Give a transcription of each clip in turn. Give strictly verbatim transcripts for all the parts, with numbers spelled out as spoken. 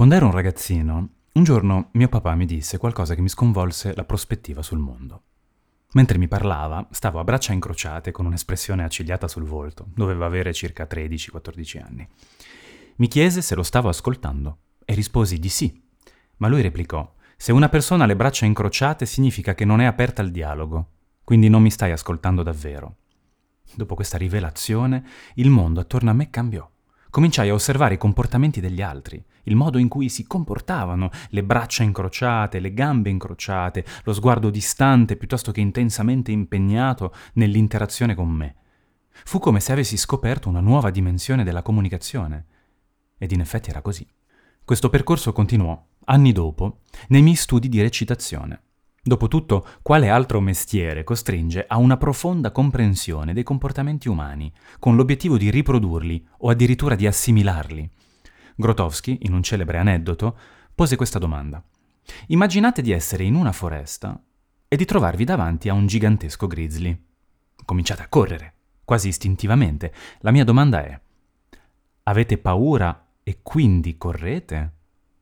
Quando ero un ragazzino, un giorno mio papà mi disse qualcosa che mi sconvolse la prospettiva sul mondo. Mentre mi parlava, stavo a braccia incrociate con un'espressione accigliata sul volto. Doveva avere circa tredici quattordici anni. Mi chiese se lo stavo ascoltando e risposi di sì. Ma lui replicò: se una persona ha le braccia incrociate significa che non è aperta al dialogo, quindi non mi stai ascoltando davvero. Dopo questa rivelazione, il mondo attorno a me cambiò. Cominciai a osservare i comportamenti degli altri, il modo in cui si comportavano, le braccia incrociate, le gambe incrociate, lo sguardo distante piuttosto che intensamente impegnato nell'interazione con me. Fu come se avessi scoperto una nuova dimensione della comunicazione. Ed in effetti era così. Questo percorso continuò, anni dopo, nei miei studi di recitazione. Dopotutto, quale altro mestiere costringe a una profonda comprensione dei comportamenti umani, con l'obiettivo di riprodurli o addirittura di assimilarli? Grotowski, in un celebre aneddoto, pose questa domanda. Immaginate di essere in una foresta e di trovarvi davanti a un gigantesco grizzly. Cominciate a correre, quasi istintivamente. La mia domanda è: avete paura e quindi correte?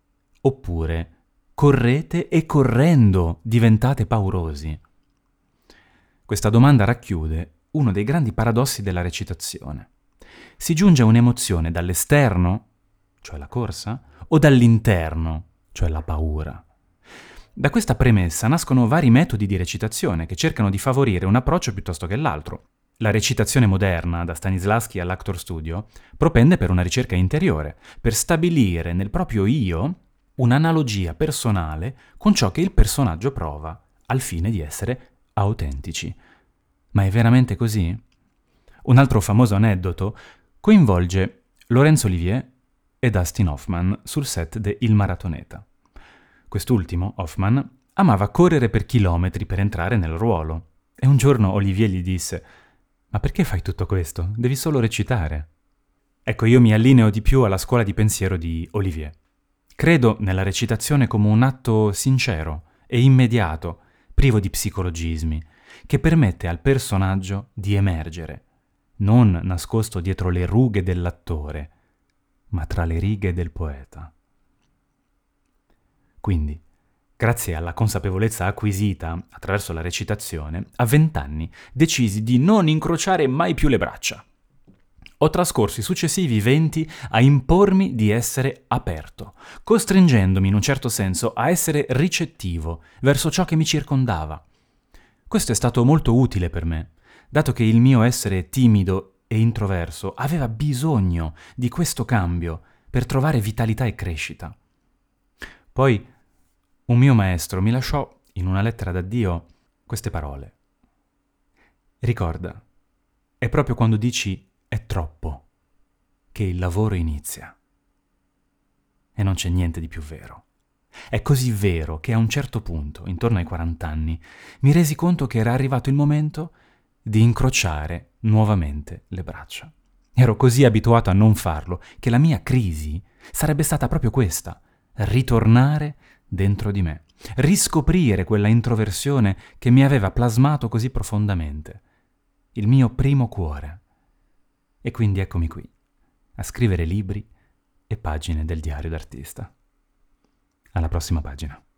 Oppure correte e correndo diventate paurosi? Questa domanda racchiude uno dei grandi paradossi della recitazione. Si giunge a un'emozione dall'esterno, cioè la corsa, o dall'interno, cioè la paura? Da questa premessa nascono vari metodi di recitazione che cercano di favorire un approccio piuttosto che l'altro. La recitazione moderna, da Stanislavski all'Actor Studio, propende per una ricerca interiore, per stabilire nel proprio io un'analogia personale con ciò che il personaggio prova, al fine di essere autentici. Ma è veramente così? Un altro famoso aneddoto coinvolge Laurence Olivier e Dustin Hoffman sul set de Il Maratoneta. Quest'ultimo, Hoffman, amava correre per chilometri per entrare nel ruolo. E un giorno Olivier gli disse: «Ma perché fai tutto questo? Devi solo recitare». Ecco, io mi allineo di più alla scuola di pensiero di Olivier. Credo nella recitazione come un atto sincero e immediato, privo di psicologismi, che permette al personaggio di emergere, non nascosto dietro le rughe dell'attore, ma tra le righe del poeta. Quindi, grazie alla consapevolezza acquisita attraverso la recitazione, a vent'anni decisi di non incrociare mai più le braccia. Ho trascorso i successivi venti a impormi di essere aperto, costringendomi in un certo senso a essere ricettivo verso ciò che mi circondava. Questo è stato molto utile per me, dato che il mio essere timido e introverso aveva bisogno di questo cambio per trovare vitalità e crescita. Poi un mio maestro mi lasciò in una lettera d'addio queste parole. Ricorda, è proprio quando dici «è troppo» che il lavoro inizia. E non c'è niente di più vero. È così vero che a un certo punto, intorno ai quarant'anni, mi resi conto che era arrivato il momento di incrociare nuovamente le braccia. Ero così abituato a non farlo che la mia crisi sarebbe stata proprio questa: ritornare dentro di me, riscoprire quella introversione che mi aveva plasmato così profondamente, il mio primo cuore. E quindi eccomi qui, a scrivere libri e pagine del diario d'artista. Alla prossima pagina.